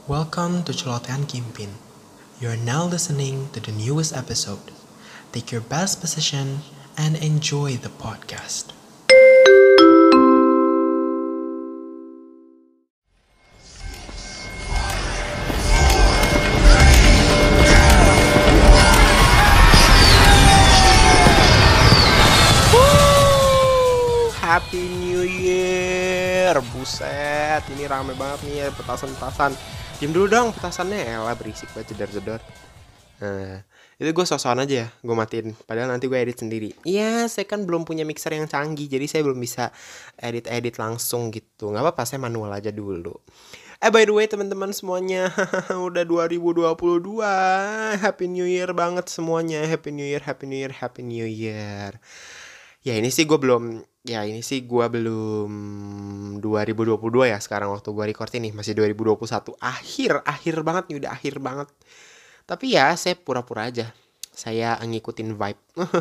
Welcome to Celotehan Kimpin. You are now listening to the newest episode. Take your best position and enjoy the podcast. Happy New Year. Buset, ini rame banget nih ya petasan-petasan. Diam dulu dong petasannya, elah berisik banget jedar-jedar. Nah, itu gue sosokan aja ya, gue matiin. Padahal nanti gue edit sendiri. Iya, saya kan belum punya mixer yang canggih, jadi saya belum bisa edit-edit langsung gitu. Gak apa-apa, saya manual aja dulu. By the way teman-teman semuanya, udah 2022. Happy New Year banget semuanya. Happy New Year, Happy New Year, Happy New Year. Ini sih gue belum 2022 ya sekarang waktu gue record ini. Masih 2021. Akhir banget nih, udah akhir banget. Tapi ya saya pura-pura aja. Saya ngikutin vibe.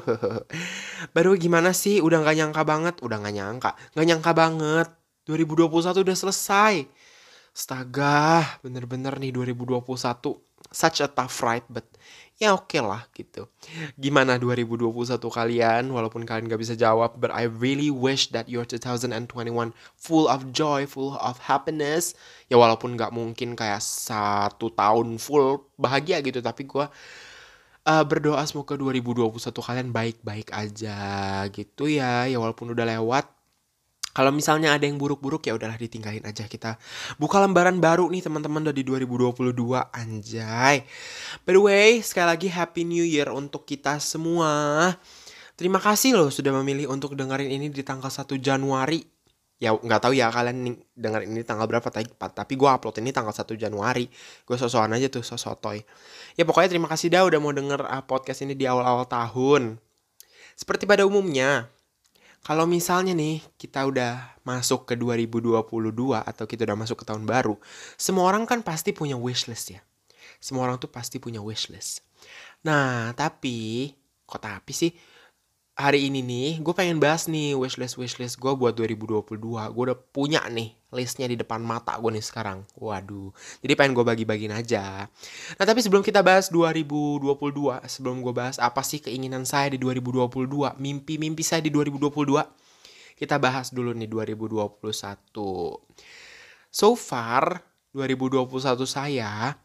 Baru gimana sih? Udah gak nyangka banget. Gak nyangka banget. 2021 udah selesai. Astaga, bener-bener nih 2021. Such a tough ride, but ya oke lah gitu. Gimana 2021 kalian? Walaupun kalian gak bisa jawab, but I really wish that your 2021 full of joy, full of happiness. Ya walaupun gak mungkin kayak 1 tahun full bahagia gitu, tapi gue berdoa semoga 2021 kalian baik-baik aja gitu ya. Ya walaupun udah lewat. Kalau misalnya ada yang buruk-buruk ya udahlah ditinggalin aja, kita buka lembaran baru nih teman-teman dari 2022 anjay. By the way, sekali lagi Happy New Year untuk kita semua. Terima kasih loh sudah memilih untuk dengerin ini di tanggal 1 Januari. Ya nggak tahu ya kalian dengerin ini tanggal berapa, tapi gue upload ini tanggal 1 Januari. Gue sosokan aja tuh, sosotoy. Ya pokoknya terima kasih dah udah mau denger podcast ini di awal-awal tahun. Seperti pada umumnya, kalau misalnya nih kita udah masuk ke 2022 atau kita udah masuk ke tahun baru, semua orang kan pasti punya wishlist ya. Semua orang tuh pasti punya wishlist. Nah, tapi sih? Hari ini nih, gue pengen bahas nih wishlist gue buat 2022. Gue udah punya nih listnya di depan mata gue nih sekarang. Waduh, jadi pengen gue bagi-bagiin aja. Nah, tapi sebelum kita bahas 2022, sebelum gue bahas apa sih keinginan saya di 2022, mimpi-mimpi saya di 2022, kita bahas dulu nih 2021. So far, 2021 saya,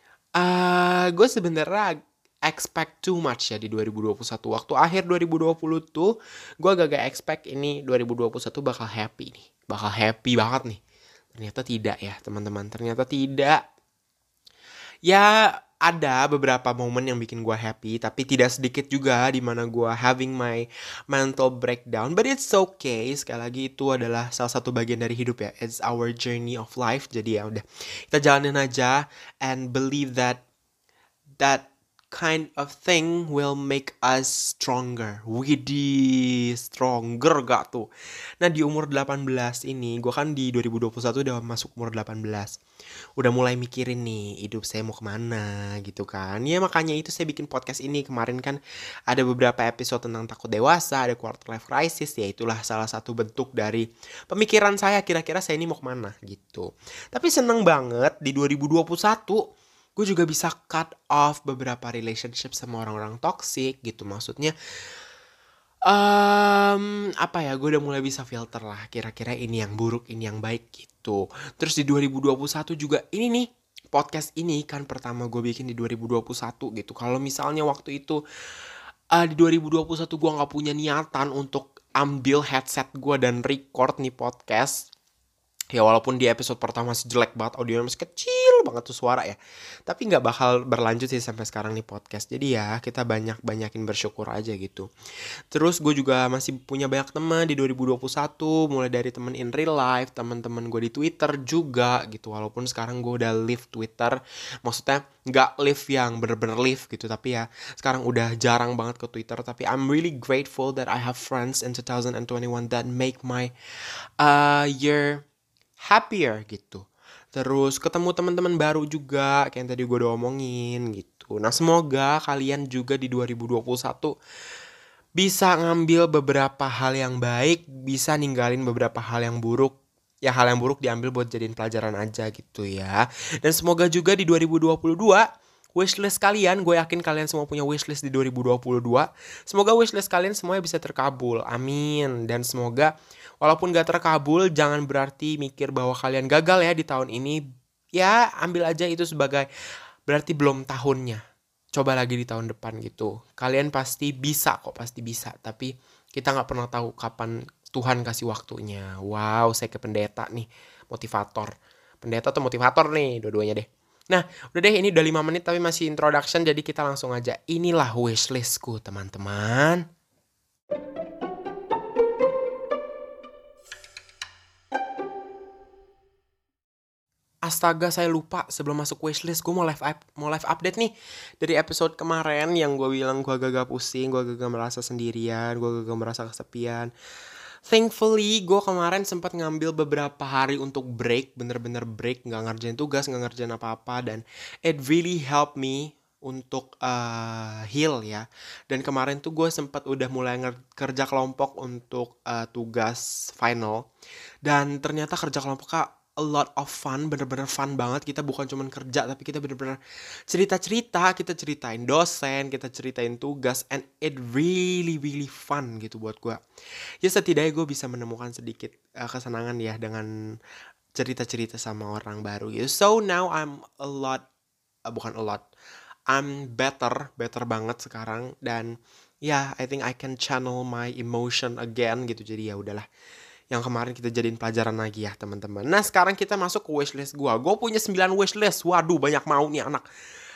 gue sebenarnya expect too much ya di 2021. Waktu akhir 2020 tuh gue agak expect ini 2021 bakal happy nih. Bakal happy banget nih. Ternyata tidak ya teman-teman. Ternyata tidak. Ya ada beberapa momen yang bikin gue happy, tapi tidak sedikit juga di mana gue having my mental breakdown. But it's okay. Sekali lagi itu adalah salah satu bagian dari hidup ya. It's our journey of life. Jadi ya udah, kita jalanin aja and believe that kind of thing will make us stronger. Widih, stronger gak tuh? Nah di umur 18 ini, gue kan di 2021 udah masuk umur 18. Udah mulai mikirin nih, hidup saya mau kemana gitu kan. Ya makanya itu saya bikin podcast ini. Kemarin kan ada beberapa episode tentang takut dewasa, ada quarter life crisis. Ya itulah salah satu bentuk dari pemikiran saya, kira-kira saya ini mau kemana gitu. Tapi seneng banget di 2021 gue juga bisa cut off beberapa relationship sama orang-orang toxic gitu. Maksudnya gue udah mulai bisa filter lah, kira-kira ini yang buruk, ini yang baik gitu. Terus di 2021 juga ini nih, podcast ini kan pertama gue bikin di 2021 gitu. Kalau misalnya waktu itu di 2021 gue gak punya niatan untuk ambil headset gue dan record nih podcast, ya walaupun di episode pertama masih jelek banget, audionya masih kecil banget tuh suara ya, tapi gak bakal berlanjut sih sampai sekarang nih podcast. Jadi ya kita banyakin bersyukur aja gitu. Terus gue juga masih punya banyak teman di 2021, mulai dari teman in real life, teman-teman gue di Twitter juga gitu. Walaupun sekarang gue udah leave Twitter, maksudnya gak leave yang bener-bener leave gitu, tapi ya sekarang udah jarang banget ke Twitter. Tapi I'm really grateful that I have friends in 2021 that make my year happier gitu. Terus ketemu teman-teman baru juga kayak yang tadi gue udah omongin gitu. Nah semoga kalian juga di 2021 bisa ngambil beberapa hal yang baik, bisa ninggalin beberapa hal yang buruk. ya hal yang buruk diambil buat jadiin pelajaran aja gitu ya. Dan semoga juga di 2022 wishlist kalian, gue yakin kalian semua punya wishlist di 2022. Semoga wishlist kalian semuanya bisa terkabul. Amin. Dan semoga walaupun gak terkabul, jangan berarti mikir bahwa kalian gagal ya di tahun ini. Ya, ambil aja itu sebagai berarti belum tahunnya. Coba lagi di tahun depan gitu. Kalian pasti bisa kok, pasti bisa. Tapi kita gak pernah tahu kapan Tuhan kasih waktunya. Wow, saya ke pendeta nih, motivator. Pendeta atau motivator nih, dua-duanya deh. Nah, udah deh, ini udah 5 menit tapi masih introduction, jadi kita langsung aja. Inilah wishlistku, teman-teman. Astaga, saya lupa sebelum masuk wishlist, gue mau live update nih dari episode kemarin yang gue bilang gue agak pusing, gue agak merasa sendirian, gue agak merasa kesepian. Thankfully, gue kemarin sempat ngambil beberapa hari untuk break, bener-bener break, nggak ngerjain tugas, nggak ngerjain apa-apa, dan it really helped me untuk heal ya. Dan kemarin tuh gue sempat udah mulai kerja kelompok untuk tugas final, dan ternyata kerja kelompoknya a lot of fun, bener-bener fun banget. Kita bukan cuma kerja, tapi kita bener-bener cerita-cerita, kita ceritain dosen, kita ceritain tugas, and it really really fun gitu buat gue. Ya setidaknya gue bisa menemukan sedikit kesenangan ya dengan cerita-cerita sama orang baru gitu. So now I'm a lot, bukan a lot, I'm better banget sekarang. Dan ya, I think I can channel my emotion again gitu. Jadi ya udahlah, yang kemarin kita jadiin pelajaran lagi ya teman-teman. Nah sekarang kita masuk ke wishlist gue. Gue punya 9 wishlist. Waduh, banyak mau nih anak.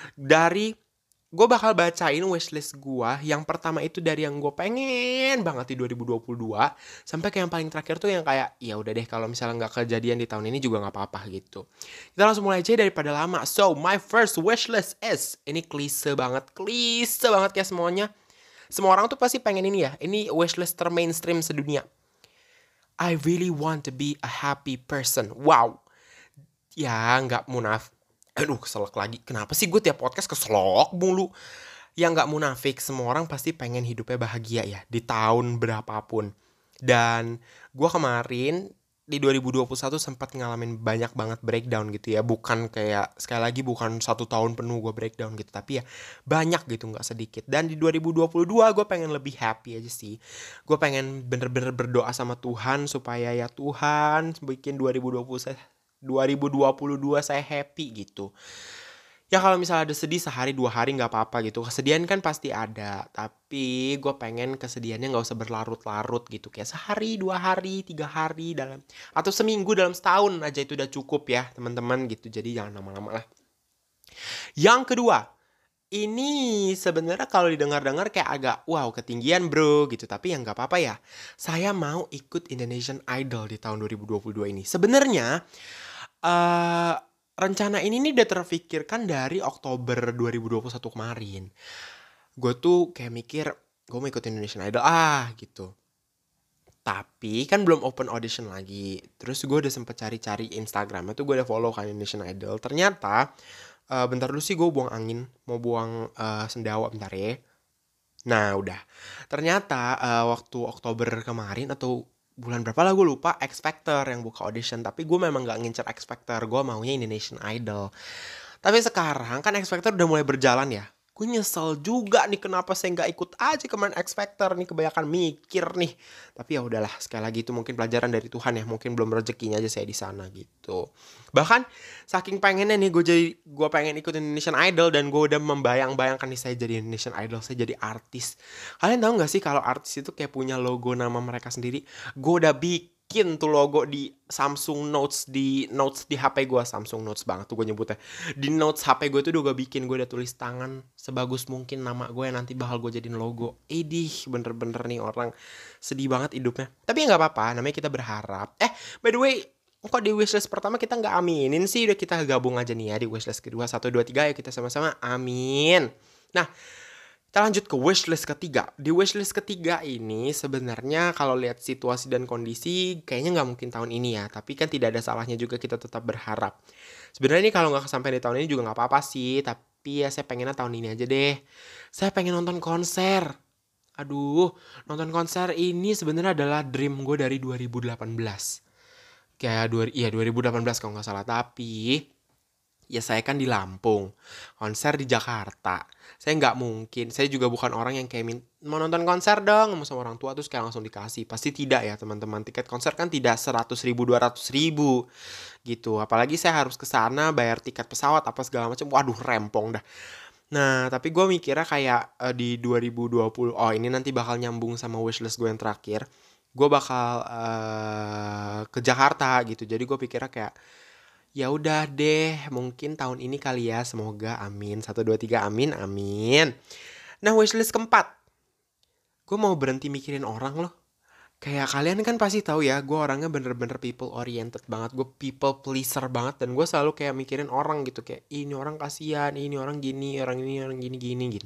Gue bakal bacain wishlist gue. Yang pertama itu dari yang gue pengen banget di 2022 sampai ke yang paling terakhir tuh yang kayak ya udah deh, kalau misalnya nggak kejadian di tahun ini juga nggak apa-apa gitu. Kita langsung mulai aja daripada lama. So my first wishlist is, ini klise banget kayak semuanya. Semua orang tuh pasti pengen ini ya. Ini wishlist termainstream sedunia. I really want to be a happy person. Wow. Ya nggak munafik. Aduh, keselak lagi. Kenapa sih gue tiap podcast keselak mulu? Ya nggak munafik, semua orang pasti pengen hidupnya bahagia ya, di tahun berapapun. Dan gue kemarin di 2021 sempat ngalamin banyak banget breakdown gitu ya. Bukan kayak, sekali lagi bukan 1 tahun penuh gue breakdown gitu, tapi ya banyak gitu, nggak sedikit. Dan di 2022 gue pengen lebih happy aja sih. Gue pengen bener-bener berdoa sama Tuhan supaya ya Tuhan bikin 2022 saya happy gitu. Ya kalau misalnya ada sedih sehari 2 hari nggak apa-apa gitu. Kesedihan kan pasti ada, tapi gue pengen kesedihannya nggak usah berlarut-larut gitu. Kayak sehari, 2 hari, 3 hari atau seminggu dalam setahun aja itu udah cukup ya teman-teman gitu. Jadi jangan lama-lama lah. Yang kedua, ini sebenarnya kalau didengar-dengar kayak agak wow ketinggian bro gitu. Tapi ya nggak apa-apa ya. Saya mau ikut Indonesian Idol di tahun 2022 ini. Sebenarnya rencana ini nih udah terfikirkan dari Oktober 2021 kemarin. Gue tuh kayak mikir, gue mau ikut Indonesian Idol gitu. Tapi kan belum open audition lagi. Terus gue udah sempet cari-cari Instagramnya tuh, gue udah follow kan Indonesian Idol. Ternyata, bentar dulu sih gue buang angin, mau buang sendawa bentar ya. Nah udah, ternyata waktu Oktober kemarin atau bulan berapa lah gue lupa, X Factor yang buka audition. Tapi gue memang gak ngincer X Factor, gue maunya Indonesian Idol. Tapi sekarang kan X Factor udah mulai berjalan ya. Gue nyesel juga nih kenapa saya nggak ikut aja kemarin X Factor nih, kebanyakan mikir nih. Tapi ya udahlah, sekali lagi itu mungkin pelajaran dari Tuhan ya, mungkin belum rezekinya aja saya di sana gitu. Bahkan saking pengennya nih gue pengen ikut Indonesian Idol, dan gue udah membayang-bayangkan nih saya jadi Indonesian Idol, saya jadi artis. Kalian tahu nggak sih kalau artis itu kayak punya logo nama mereka sendiri? Gue udah bikin tuh logo di Samsung Notes, di HP gue. Samsung Notes banget tuh gue nyebutnya. Di notes HP gue tuh udah gue bikin, gue udah tulis tangan sebagus mungkin nama gue yang nanti bakal gue jadiin logo. Bener-bener nih orang sedih banget hidupnya. Tapi ya nggak apa-apa, namanya kita berharap. By the way, kok di wishlist pertama kita nggak aminin sih? Udah kita gabung aja nih ya di wishlist kedua. 1, 2, 3 ya kita sama-sama amin. Nah, kita lanjut ke wishlist ketiga. Di wishlist ketiga ini sebenarnya kalau lihat situasi dan kondisi kayaknya nggak mungkin tahun ini ya. Tapi kan tidak ada salahnya juga kita tetap berharap. Sebenarnya ini kalau nggak kesampaian di tahun ini juga nggak apa-apa sih. Tapi ya saya pengennya tahun ini aja deh. Saya pengen nonton konser. Aduh, nonton konser ini sebenarnya adalah dream gue dari 2018. kayak 2018 kalau nggak salah. Tapi ya saya kan di Lampung, konser di Jakarta. Saya nggak mungkin, saya juga bukan orang yang kayak mau nonton konser dong, mau sama orang tua terus kayak langsung dikasih. Pasti tidak ya teman-teman, tiket konser kan tidak 100 ribu, 200 ribu gitu. Apalagi saya harus ke sana bayar tiket pesawat apa segala macam, waduh rempong dah. Nah, tapi gue mikirnya kayak di 2020, oh ini nanti bakal nyambung sama wishlist gue yang terakhir. Gue bakal ke Jakarta gitu. Jadi gue pikirnya kayak ya udah deh, mungkin tahun ini kali ya, semoga amin. Satu 2 3 amin, amin. Nah, wishlist keempat. Gue mau berhenti mikirin orang loh. Kayak kalian kan pasti tahu ya, gue orangnya bener-bener people oriented banget. Gue people pleaser banget dan gue selalu kayak mikirin orang gitu kayak ini orang kasihan, ini orang gini, orang ini orang gini gini gini.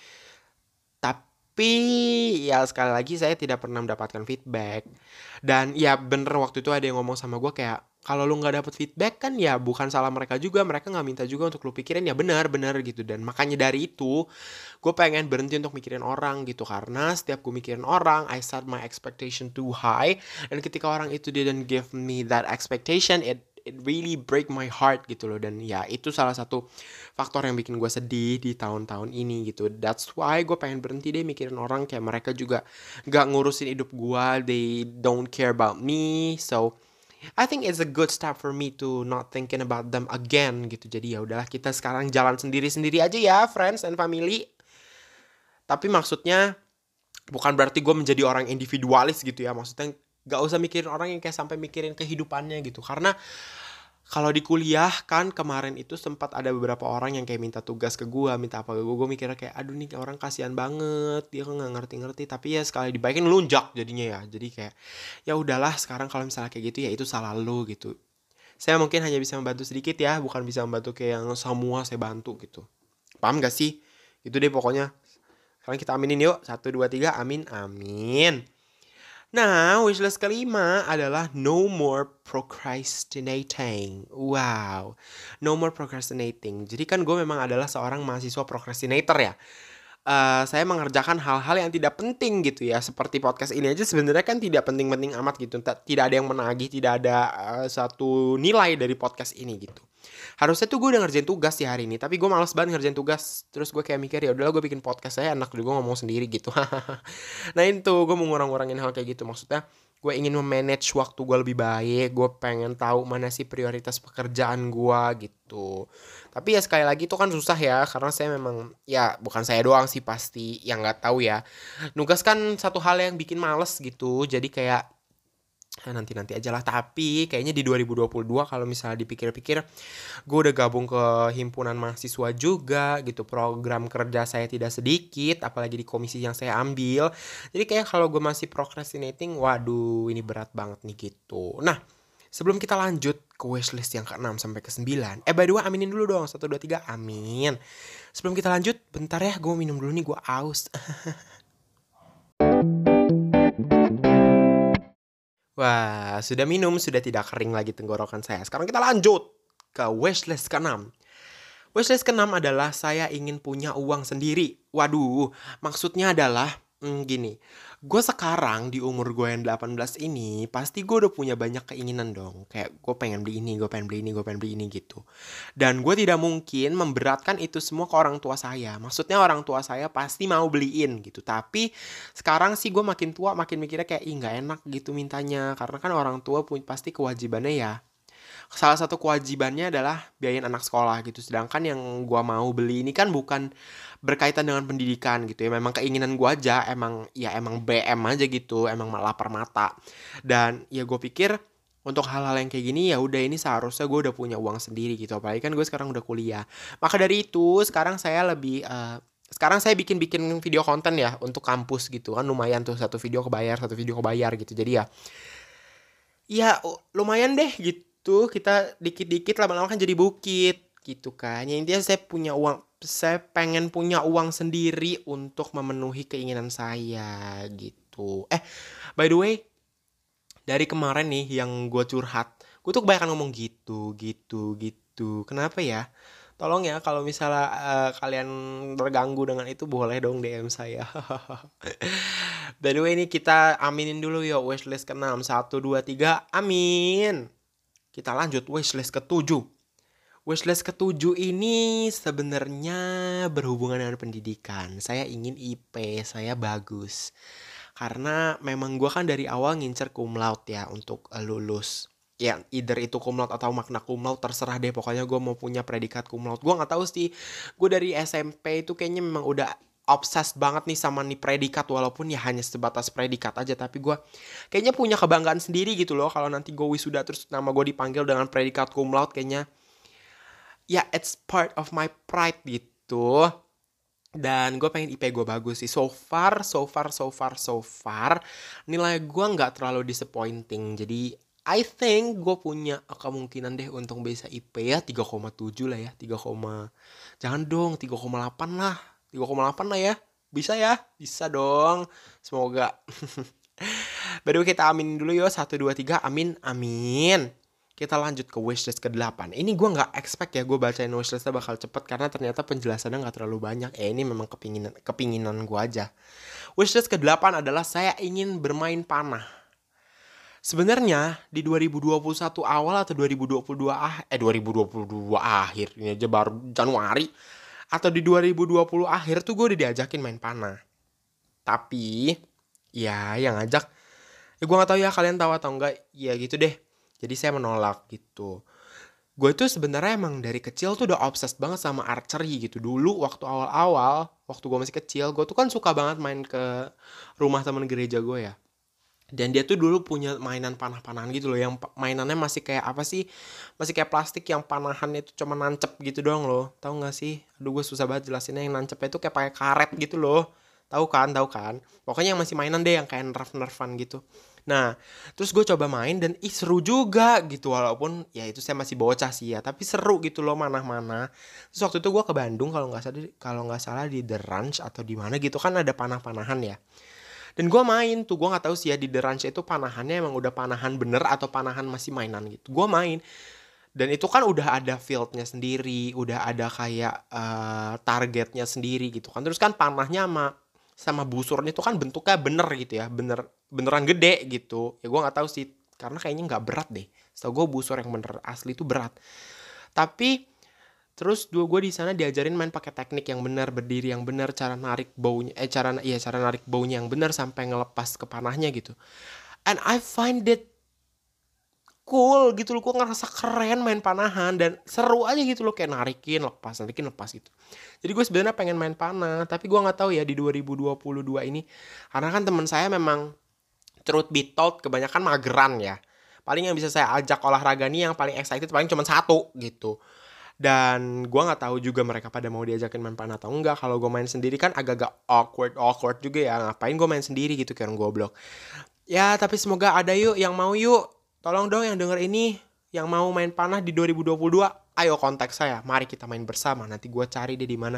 Tapi ya sekali lagi saya tidak pernah mendapatkan feedback. Dan ya bener waktu itu ada yang ngomong sama gue kayak kalau lu nggak dapet feedback kan ya bukan salah mereka juga, mereka nggak minta juga untuk lu pikirin, ya benar-benar gitu. Dan makanya dari itu gue pengen berhenti untuk mikirin orang gitu, karena setiap gue mikirin orang I set my expectation too high, dan ketika orang itu didn't give me that expectation, it really break my heart gitu loh. Dan ya itu salah satu faktor yang bikin gue sedih di tahun-tahun ini gitu. That's why gue pengen berhenti deh mikirin orang, kayak mereka juga gak ngurusin hidup gue, they don't care about me. So I think it's a good step for me to not thinking about them again gitu. Jadi ya udahlah, kita sekarang jalan sendiri-sendiri aja ya, friends and family. Tapi maksudnya bukan berarti gue menjadi orang individualis gitu ya. Maksudnya gak usah mikirin orang yang kayak sampai mikirin kehidupannya gitu. Karena kalau di kuliah kan kemarin itu sempat ada beberapa orang yang kayak minta tugas ke gue, minta apa ke gue. Gue mikirnya kayak aduh nih orang kasihan banget, dia kan nggak ngerti-ngerti. Tapi ya sekali dibaikin lunjak jadinya ya. Jadi kayak ya udahlah, sekarang kalau misalnya kayak gitu ya itu salah lu gitu. Saya mungkin hanya bisa membantu sedikit ya, bukan bisa membantu kayak yang semua saya bantu gitu. Paham gak sih? Itu deh pokoknya. Sekarang kita aminin yuk. 1 2 3 amin amin. Nah, wishlist kelima adalah no more procrastinating. Wow, no more procrastinating. Jadi kan gue memang adalah seorang mahasiswa procrastinator ya. Saya mengerjakan hal-hal yang tidak penting gitu ya. Seperti podcast ini aja sebenarnya kan tidak penting-penting amat gitu. Tidak ada yang menagih, tidak ada satu nilai dari podcast ini gitu. Harusnya tuh gue udah ngerjain tugas di hari ini, tapi gue malas banget ngerjain tugas. Terus gue kayak mikir ya udahlah gue bikin podcast saya enak juga ngomong sendiri gitu. Nah itu gue mau ngurang-ngurangin hal kayak gitu. Maksudnya gue ingin memanage waktu gue lebih baik. Gue pengen tahu mana sih prioritas pekerjaan gue gitu. Tapi ya sekali lagi itu kan susah ya, karena saya memang ya bukan saya doang sih pasti yang nggak tahu ya. Nugas kan satu hal yang bikin males gitu. Jadi kayak nanti-nanti aja lah. Tapi kayaknya di 2022 kalau misalnya dipikir-pikir, gue udah gabung ke himpunan mahasiswa juga gitu. Program kerja saya tidak sedikit, apalagi di komisi yang saya ambil. Jadi kayak kalau gue masih procrastinating, waduh ini berat banget nih gitu. Nah, sebelum kita lanjut ke wishlist yang ke-6 sampai ke-9, by the way aminin dulu dong. 1 2 3 amin. Sebelum kita lanjut, bentar ya gue minum dulu nih, gue aus. Wah, sudah minum, sudah tidak kering lagi tenggorokan saya. Sekarang kita lanjut ke wishlist ke-6. Wishlist ke-6 adalah saya ingin punya uang sendiri. Waduh, maksudnya adalah gini. Gue sekarang di umur gue yang 18 ini, pasti gue udah punya banyak keinginan dong. Kayak gue pengen beli ini, gue pengen beli ini, gue pengen beli ini gitu. Dan gue tidak mungkin memberatkan itu semua ke orang tua saya. Maksudnya orang tua saya pasti mau beliin gitu. Tapi sekarang sih gue makin tua makin mikirnya kayak ih nggak enak gitu mintanya. Karena kan orang tua pasti kewajibannya ya. Salah satu kewajibannya adalah biayain anak sekolah gitu. Sedangkan yang gua mau beli ini kan bukan berkaitan dengan pendidikan gitu ya. Memang keinginan gua aja, emang BM aja gitu, emang lapar mata. Dan ya gue pikir untuk hal-hal yang kayak gini ya udah ini seharusnya gue udah punya uang sendiri gitu. Apalagi kan gue sekarang udah kuliah. Maka dari itu sekarang saya lebih sekarang saya bikin video konten ya untuk kampus gitu kan, lumayan tuh satu video kebayar gitu. Jadi ya lumayan deh gitu, kita dikit-dikit lama-lama kan jadi bukit gitu kan. Ya intinya saya pengen punya uang sendiri untuk memenuhi keinginan saya gitu. By the way, dari kemarin nih yang gue curhat, gue tuh kebanyakan ngomong gitu. Kenapa ya? Tolong ya kalau misalnya kalian terganggu dengan itu boleh dong DM saya. By the way ini kita aminin dulu yuk wishlist ke-6. 1 2 3 amin. Kita lanjut wishlist ketujuh. Wishlist ketujuh ini sebenarnya berhubungan dengan pendidikan. Saya ingin IP saya bagus. Karena memang gue kan dari awal ngincer cum laude ya untuk lulus. Ya, either itu cum laude atau magna cum laude, terserah deh. Pokoknya gue mau punya predikat cum laude. Gue gak tahu sih, gue dari SMP itu kayaknya memang udah obses banget nih sama nih predikat. Walaupun ya hanya sebatas predikat aja. Tapi gue kayaknya punya kebanggaan sendiri gitu loh. Kalau nanti gue wisuda terus nama gue dipanggil dengan predikat cum laude, kayaknya ya it's part of my pride gitu. Dan gue pengen IP gue bagus sih. So far nilai gue gak terlalu disappointing. Jadi I think gue punya kemungkinan deh untuk bisa IP ya 3,7 lah ya. Jangan dong 3,8 lah. 3,8 lah ya. Bisa ya? Bisa dong. Semoga. Baru kita aminin dulu yuk. 1, 2, 3. Amin. Amin. Kita lanjut ke wishlist ke-8. Ini gue gak expect ya gue bacain wishlistnya bakal cepet. Karena ternyata penjelasannya gak terlalu banyak. Ini memang kepinginan gue aja. Wishlist ke-8 adalah saya ingin bermain panah. Sebenarnya di 2021 awal atau 2022 akhir. Ini aja baru Januari. Atau di 2020 akhir tuh gue udah diajakin main panah. Tapi ya yang ngajak, ya gue gak tahu ya kalian tahu atau enggak. Ya gitu deh. Jadi saya menolak gitu. Gue tuh sebenarnya emang dari kecil tuh udah obsessed banget sama archery gitu. Dulu waktu awal-awal, waktu gue masih kecil, gue tuh kan suka banget main ke rumah teman gereja gue ya. Dan dia tuh dulu punya mainan panah-panahan gitu loh. Yang mainannya masih kayak apa sih? Masih kayak plastik yang panahannya itu cuma nancep gitu doang loh. Tahu gak sih? Aduh gue susah banget jelasinnya. Yang nancepnya itu kayak pakai karet gitu loh. Tahu kan? Pokoknya yang masih mainan deh yang kayak nerf-nerfan gitu. Nah, terus gue coba main dan seru juga gitu. Walaupun ya itu saya masih bocah sih ya, tapi seru gitu loh mana-mana. Terus waktu itu gue ke Bandung kalau nggak salah di The Ranch atau di mana gitu kan ada panah-panahan ya. Dan gue main tuh, gue nggak tahu sih ya di The Ranch itu panahannya emang udah panahan bener atau panahan masih mainan gitu. Gue main dan itu kan udah ada fieldnya sendiri, udah ada kayak targetnya sendiri gitu kan. Terus kan panahnya sama busurnya itu kan bentuknya bener gitu ya, beneran gede gitu. Ya gue nggak tahu sih, karena kayaknya nggak berat deh. Setahu gue busur yang bener asli itu berat. Tapi terus gue di sana diajarin main pakai teknik yang benar, berdiri yang benar, cara narik baunya, cara narik baunya yang benar sampai ngelepas ke panahnya gitu. And I find it cool gitu loh, gue ngerasa keren main panahan dan seru aja gitu loh, kayak narikin lepas gitu. Jadi gue sebenarnya pengen main panah, tapi gue nggak tahu ya di 2022 ini, karena kan teman saya memang truth be told kebanyakan mageran ya. Paling yang bisa saya ajak olahraga nih yang paling excited paling cuma satu gitu. Dan gue nggak tahu juga mereka pada mau diajakin main panah atau enggak. Kalau gue main sendiri kan agak-agak awkward juga ya. Ngapain gue main sendiri gitu kayak orang goblok. Ya tapi semoga ada yuk yang mau yuk. Tolong dong yang denger ini, yang mau main panah di 2022, ayo kontak saya. Mari kita main bersama. Nanti gue cari deh di mana.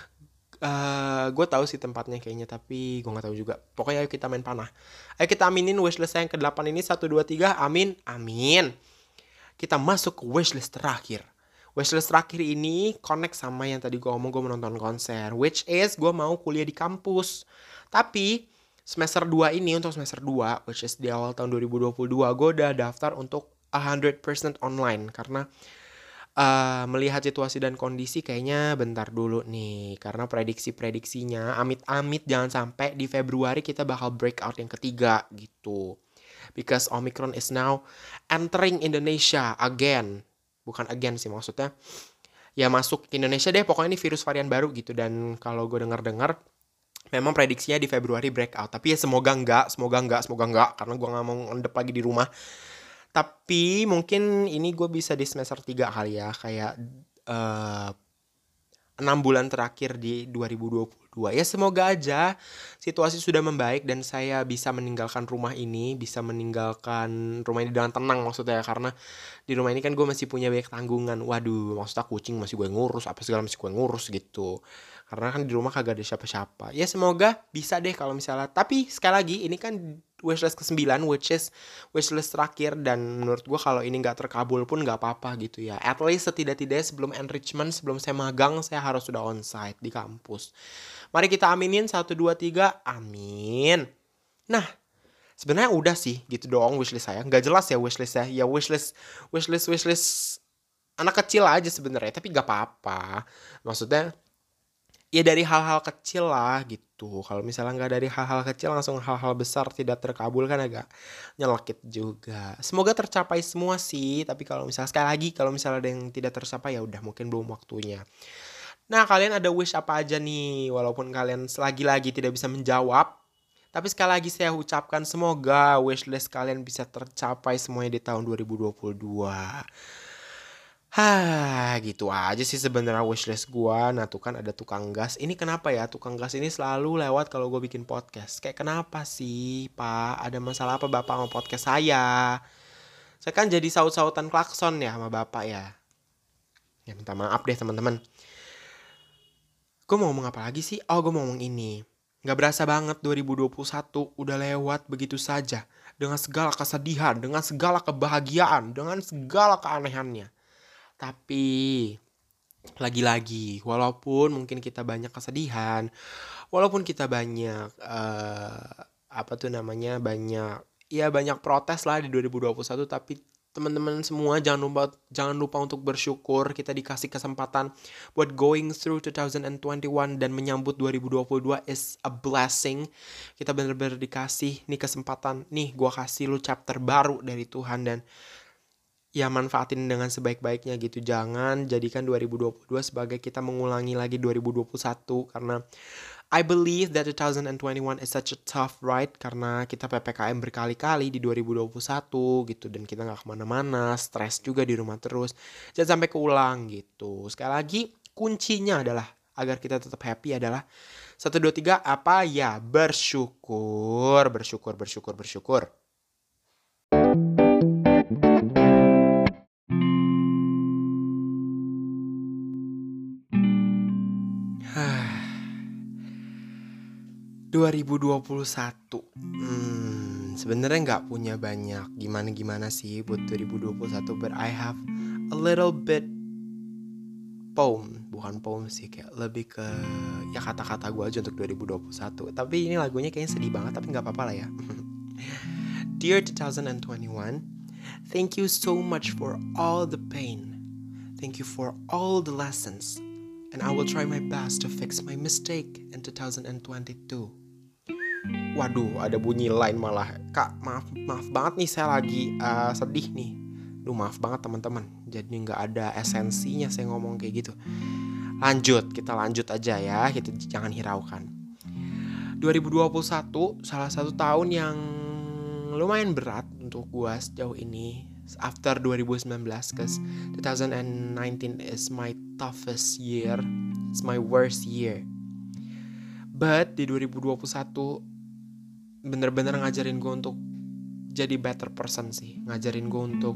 Gue tahu sih tempatnya kayaknya, tapi gue nggak tahu juga. Pokoknya ayo kita main panah. Ayo kita aminin wishlist yang ke-8 ini. 1, 2, 3, amin, amin. Kita masuk ke wishlist terakhir. Wishlist terakhir ini connect sama yang tadi gue ngomong, gue menonton konser. Which is gue mau kuliah di kampus. Tapi semester 2 ini, untuk semester 2, which is di awal tahun 2022, gue udah daftar untuk 100% online. Karena melihat situasi dan kondisi kayaknya bentar dulu nih. Karena prediksinya amit-amit jangan sampai di Februari kita bakal breakout yang ketiga gitu. Because Omicron is now entering Indonesia again. Bukan again sih maksudnya. Ya masuk ke Indonesia deh, pokoknya ini virus varian baru gitu. Dan kalau gue dengar memang prediksinya di Februari breakout. Tapi ya semoga enggak. Karena gue gak mau ngendep lagi di rumah. Tapi mungkin ini gue bisa di semester 3 kali ya. Kayak 6 bulan terakhir di 2022. Ya semoga aja situasi sudah membaik dan saya bisa meninggalkan rumah ini. Bisa meninggalkan rumah ini dengan tenang maksudnya. Karena di rumah ini kan gue masih punya banyak tanggungan. Waduh, maksudnya kucing masih gue ngurus, apa segala masih gue ngurus gitu. Karena kan di rumah kagak ada siapa-siapa. Ya semoga bisa deh kalau misalnya. Tapi sekali lagi ini kan wishlist ke-9, which is wishlist terakhir. Dan menurut gue kalau ini gak terkabul pun gak apa-apa gitu ya. At least setidak-tidaknya sebelum enrichment, sebelum saya magang, saya harus sudah onsite di kampus. Mari kita aminin 1, 2, 3, amin. Nah, Sebenarnya udah sih gitu doang wishlist saya. Nggak jelas ya wishlist saya. Ya wishlist anak kecil aja sebenarnya. Tapi nggak apa-apa. Maksudnya ya dari hal-hal kecil lah gitu. Kalau misalnya nggak dari hal-hal kecil langsung hal-hal besar tidak terkabul kan agak nyelekit juga. Semoga tercapai semua sih. Tapi kalau misalnya sekali lagi kalau misalnya ada yang tidak tercapai ya udah mungkin belum waktunya. Nah, kalian ada wish apa aja nih? Walaupun kalian lagi-lagi tidak bisa menjawab, tapi sekali lagi saya ucapkan semoga wishlist kalian bisa tercapai semuanya di tahun 2022. Hah, gitu aja sih sebenarnya wishlist gua. Nah, tuh kan ada tukang gas. Ini kenapa ya? Tukang gas ini selalu lewat kalau gue bikin podcast. Kayak kenapa sih, Pak? Ada masalah apa Bapak sama podcast saya? Saya kan jadi saut-sautan klakson ya sama Bapak ya. Ya minta maaf deh teman-teman. Gue mau ngomong apa lagi sih? Oh, gue mau ngomong ini. Gak berasa banget 2021 udah lewat begitu saja. Dengan segala kesedihan, dengan segala kebahagiaan, dengan segala keanehannya. Tapi, lagi-lagi, walaupun mungkin kita banyak kesedihan, walaupun kita banyak, apa tuh namanya, banyak protes lah di 2021, tapi teman-teman semua jangan lupa untuk bersyukur kita dikasih kesempatan buat going through 2021 dan menyambut 2022 is a blessing. Kita benar-benar dikasih nih kesempatan, nih gua kasih lu chapter baru dari Tuhan dan ya manfaatin dengan sebaik-baiknya gitu. Jangan jadikan 2022 sebagai kita mengulangi lagi 2021 karena I believe that 2021 is such a tough ride karena kita PPKM berkali-kali di 2021 gitu dan kita gak kemana-mana, stres juga di rumah terus. Jangan sampai keulang gitu. Sekali lagi kuncinya adalah agar kita tetap happy adalah 1, 2, 3 apa ya? Bersyukur. 2021 sebenarnya nggak punya banyak gimana-gimana sih buat 2021, but I have a little bit bukan poem sih, kayak lebih ke ya kata-kata gue aja untuk 2021. Tapi ini lagunya kayaknya sedih banget, tapi nggak apa-apa lah ya. Dear 2021, thank you so much for all the pain. Thank you for all the lessons. And I will try my best to fix my mistake in 2022. Waduh, ada bunyi lain malah. Kak, maaf banget nih, saya lagi sedih nih. Duh, maaf banget teman-teman. Jadi nggak ada esensinya saya ngomong kayak gitu. Kita lanjut aja ya. Kita jangan hiraukan. 2021 salah satu tahun yang lumayan berat untuk gua sejauh ini. After 2019, cause 2019 is my toughest year. It's my worst year. But di 2021 bener-bener ngajarin gue untuk jadi better person sih. Ngajarin gue untuk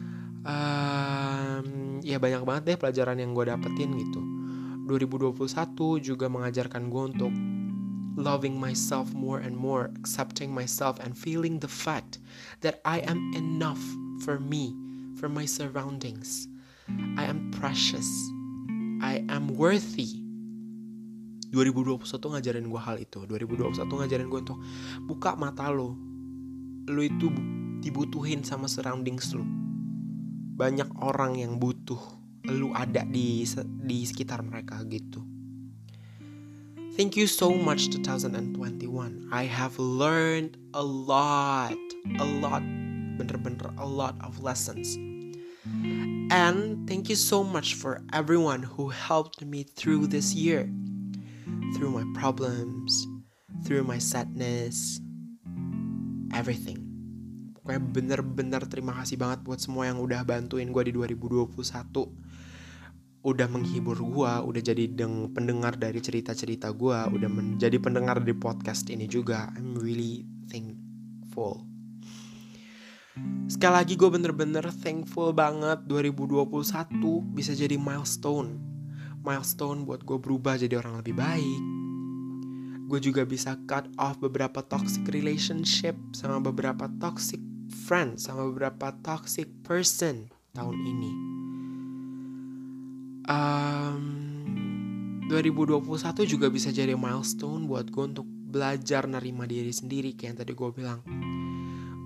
ya banyak banget deh pelajaran yang gue dapetin gitu. 2021 juga mengajarkan gue untuk loving myself more and more, accepting myself and feeling the fact that I am enough for me, for my surroundings. I am precious. I am worthy. 2021 ngajarin gue hal itu. 2021 ngajarin gue untuk buka mata lo. Lo itu dibutuhin sama surroundings lo. Banyak orang yang butuh lo ada di sekitar mereka gitu. Thank you so much 2021. I have learned a lot. Bener-bener a lot of lessons. And thank you so much for everyone who helped me through this year. Through my problems, through my sadness, everything. Pokoknya bener-bener terima kasih banget buat semua yang udah bantuin gue di 2021. Udah menghibur gue, udah jadi pendengar dari cerita-cerita gue, udah menjadi pendengar di podcast ini juga. I'm really thankful. Sekali lagi gue bener-bener thankful banget 2021 bisa jadi milestone buat gue berubah jadi orang lebih baik. Gue juga bisa cut off beberapa toxic relationship sama beberapa toxic friends, sama beberapa toxic person tahun ini. 2021 juga bisa jadi milestone buat gue untuk belajar nerima diri sendiri kayak yang tadi gue bilang.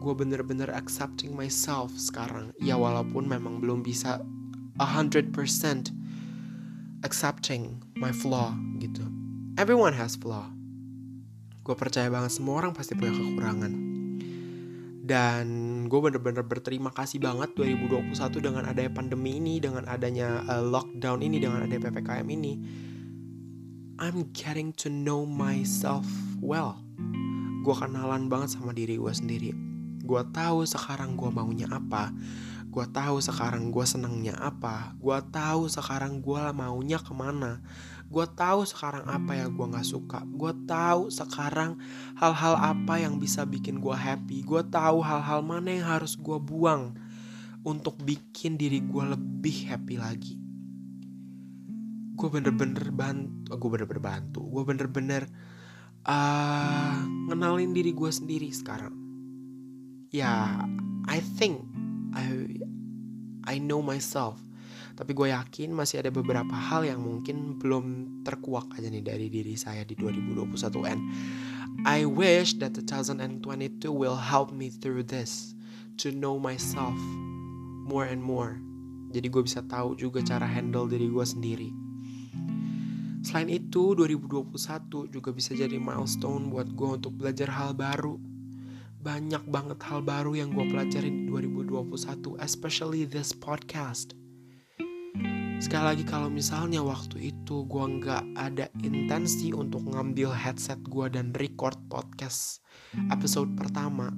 gue bener-bener accepting myself sekarang. Ya walaupun memang belum bisa 100% accepting my flaw gitu. Everyone has flaw. Gue percaya banget semua orang pasti punya kekurangan. Dan gue bener-bener berterima kasih banget 2021 dengan adanya pandemi ini, dengan adanya lockdown ini, dengan adanya PPKM ini. I'm getting to know myself well. Gue kenalan banget sama diri gue sendiri. Gue tahu sekarang gue maunya apa. Gue tahu sekarang gue senangnya apa. Gue tahu sekarang gue maunya kemana. Gue tahu sekarang apa yang gue gak suka. Gue tahu sekarang hal-hal apa yang bisa bikin gue happy. Gue tahu hal-hal mana yang harus gue buang untuk bikin diri gue lebih happy lagi. Gue bener-bener ngenalin diri gue sendiri sekarang. Ya, I think I know myself. Tapi gue yakin masih ada beberapa hal yang mungkin belum terkuak aja nih dari diri saya di 2021. And I wish that 2022 will help me through this, to know myself more and more. Jadi gue bisa tahu juga cara handle diri gue sendiri. Selain itu, 2021 juga bisa jadi milestone buat gue untuk belajar hal baru. Banyak banget hal baru yang gue pelajarin di 2021, especially this podcast. Sekali lagi, kalau misalnya waktu itu gue gak ada intensi untuk ngambil headset gue dan record podcast episode pertama,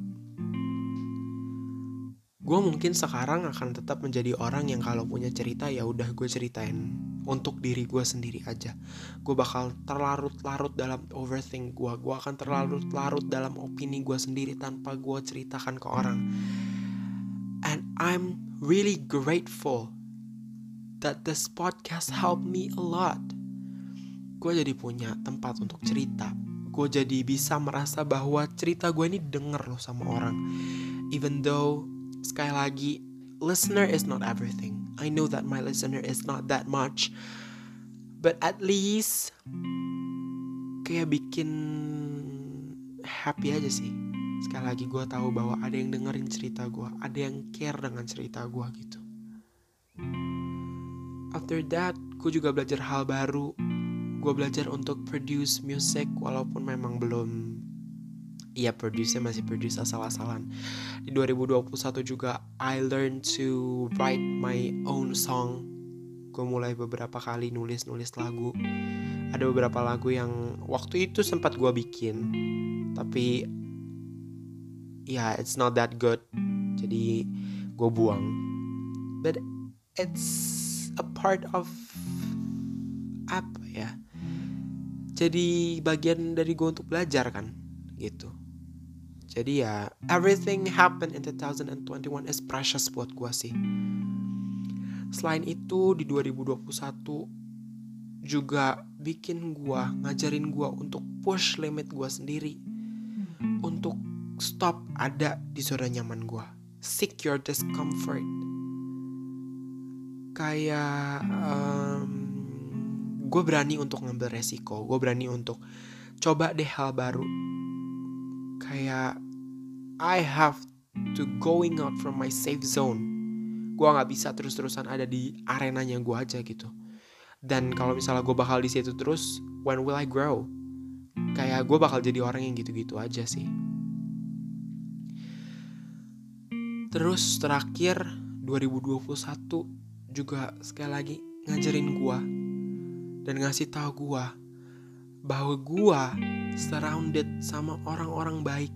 gue mungkin sekarang akan tetap menjadi orang yang kalau punya cerita ya udah gue ceritain untuk diri gue sendiri aja. Gue bakal terlarut-larut dalam overthink gue akan terlarut-larut dalam opini gue sendiri tanpa gue ceritakan ke orang. And I'm really grateful that this podcast helped me a lot. Gue jadi punya tempat untuk cerita. Gue jadi bisa merasa bahwa cerita gue ini denger loh sama orang. Even though, sekali lagi, listener is not everything. I know that my listener is not that much. But at least kayak bikin happy aja sih. Sekali lagi gue tahu bahwa ada yang dengerin cerita gue, ada yang care dengan cerita gue gitu. After that, gue juga belajar hal baru. Gue belajar untuk produce music walaupun memang belum. Iya, produce-nya masih produce asal-asalan. Di 2021 juga I learned to write my own song. Gue mulai beberapa kali nulis lagu. Ada beberapa lagu yang waktu itu sempat gue bikin, tapi ya it's not that good, jadi gue buang. But it's a part of apa ya, jadi bagian dari gue untuk belajar kan gitu. Jadi ya, everything happened in 2021 is precious buat gue sih. Selain itu, di 2021 juga bikin gue, ngajarin gue untuk push limit gue sendiri. Untuk stop ada di zona nyaman gue. Seek your discomfort. Kayak gue berani untuk ngambil resiko. Gue berani untuk coba deh hal baru. Kayak I have to going out from my safe zone. Gue gak bisa terus-terusan ada di arenanya gue aja gitu. Dan kalau misalnya gue bakal di situ terus, when will I grow? Kayak gue bakal jadi orang yang gitu-gitu aja sih. Terus terakhir 2021 juga sekali lagi ngajarin gue dan ngasih tahu gue bahwa gue surrounded sama orang-orang baik.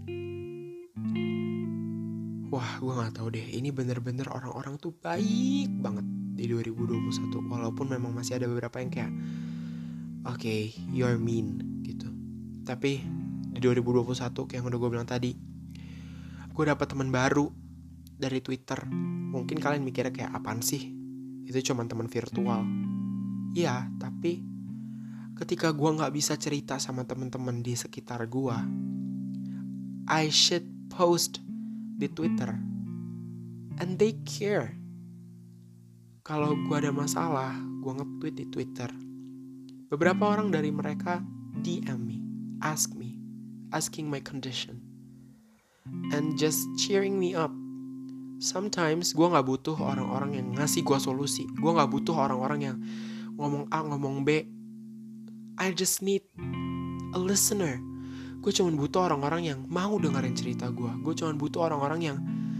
Wah, gue gak tahu deh, ini bener-bener orang-orang tuh baik banget di 2021. Walaupun memang masih ada beberapa yang kayak okay, you're mean gitu. Tapi di 2021 kayak yang udah gue bilang tadi, gue dapet teman baru dari Twitter. Mungkin kalian mikirnya kayak apaan sih? Itu cuma teman virtual. Iya, tapi ketika gue gak bisa cerita sama teman-teman di sekitar gue, I should post di Twitter and they care. Kalau gue ada masalah, gue nge-tweet di Twitter. Beberapa orang dari mereka DM me, asking my condition. and just cheering me up. Sometimes gue gak butuh orang-orang yang ngasih gue solusi. Gue gak butuh orang-orang yang ngomong A, ngomong B. I just need a listener. Gue cuma butuh orang-orang yang mau dengerin cerita gue. Gue cuma butuh orang-orang yang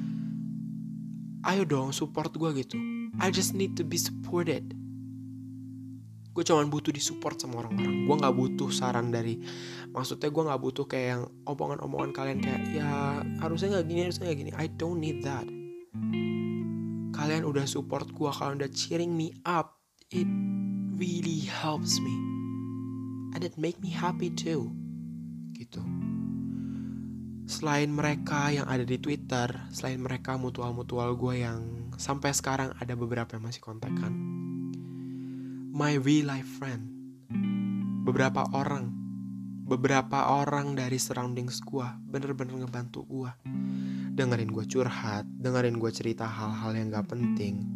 ayo dong support gue gitu. I just need to be supported. Gue cuma butuh disupport sama orang-orang. Gue gak butuh saran dari, maksudnya gue gak butuh kayak yang omongan-omongan kalian kayak ya harusnya gak gini. I don't need that. Kalian udah support gue, kalian udah cheering me up. It really helps me. And it make me happy too. Gitu. Selain mereka yang ada di Twitter, selain mereka mutual-mutual gue yang sampai sekarang ada beberapa yang masih kontekan, my real life friend, beberapa orang dari surroundings gue bener-bener ngebantu gue, dengerin gue curhat, dengerin gue cerita hal-hal yang gak penting.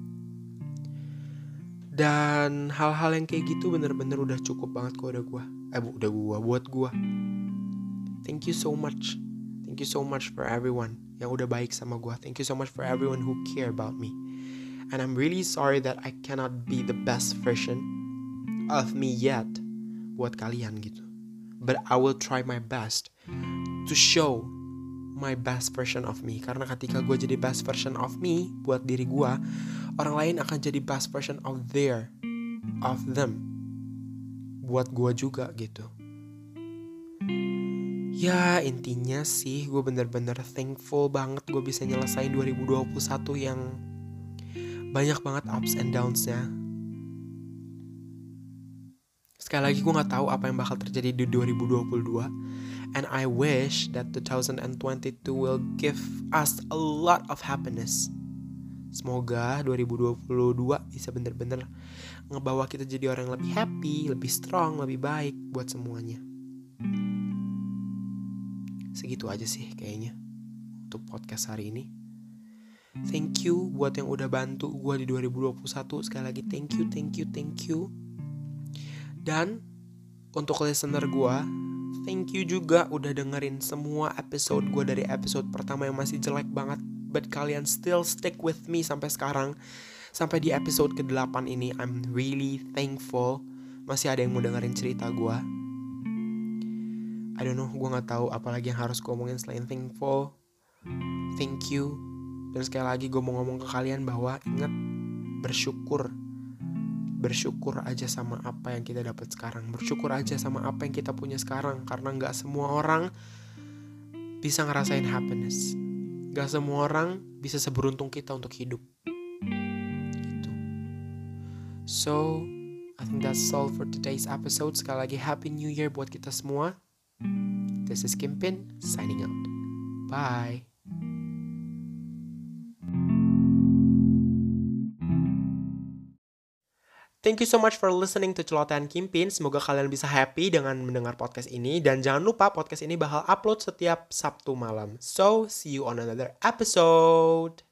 Dan hal-hal yang kayak gitu bener-bener udah cukup banget buat gue. Thank you so much. Thank you so much for everyone yang udah baik sama gue. Thank you so much for everyone who care about me. And I'm really sorry that I cannot be the best version of me yet buat kalian gitu. But I will try my best to show my best version of me. Karena ketika gue jadi best version of me buat diri gue, orang lain akan jadi best version of them buat gue juga gitu. Ya intinya sih gue bener-bener thankful banget gue bisa nyelesain 2021 yang banyak banget ups and downs-nya. Sekali lagi gue gak tahu apa yang bakal terjadi di 2022. And I wish that 2022 will give us a lot of happiness. Semoga 2022 bisa bener-bener ngebawa kita jadi orang yang lebih happy, lebih strong, lebih baik buat semuanya. Segitu aja sih kayaknya untuk podcast hari ini. Thank you buat yang udah bantu gue di 2021. Sekali lagi thank you. Dan untuk listener gue, thank you juga udah dengerin semua episode gue dari episode pertama yang masih jelek banget, but kalian still stick with me sampai sekarang. Sampai di episode ke-8 ini, I'm really thankful. Masih ada yang mau dengerin cerita gue. I don't know, gue gak tahu apalagi yang harus gue omongin selain thankful. Thank you. Dan sekali lagi gue mau ngomong ke kalian bahwa ingat, bersyukur aja sama apa yang kita dapat sekarang. Bersyukur aja sama apa yang kita punya sekarang. Karena gak semua orang bisa ngerasain happiness. Gak semua orang bisa seberuntung kita untuk hidup gitu. So I think that's all for today's episode. Sekali lagi Happy New Year buat kita semua. This is Kimpin signing out. Bye. Thank you so much for listening to Celotehan Kimpin. Semoga kalian bisa happy dengan mendengar podcast ini. Dan jangan lupa podcast ini bakal upload setiap Sabtu malam. So, see you on another episode.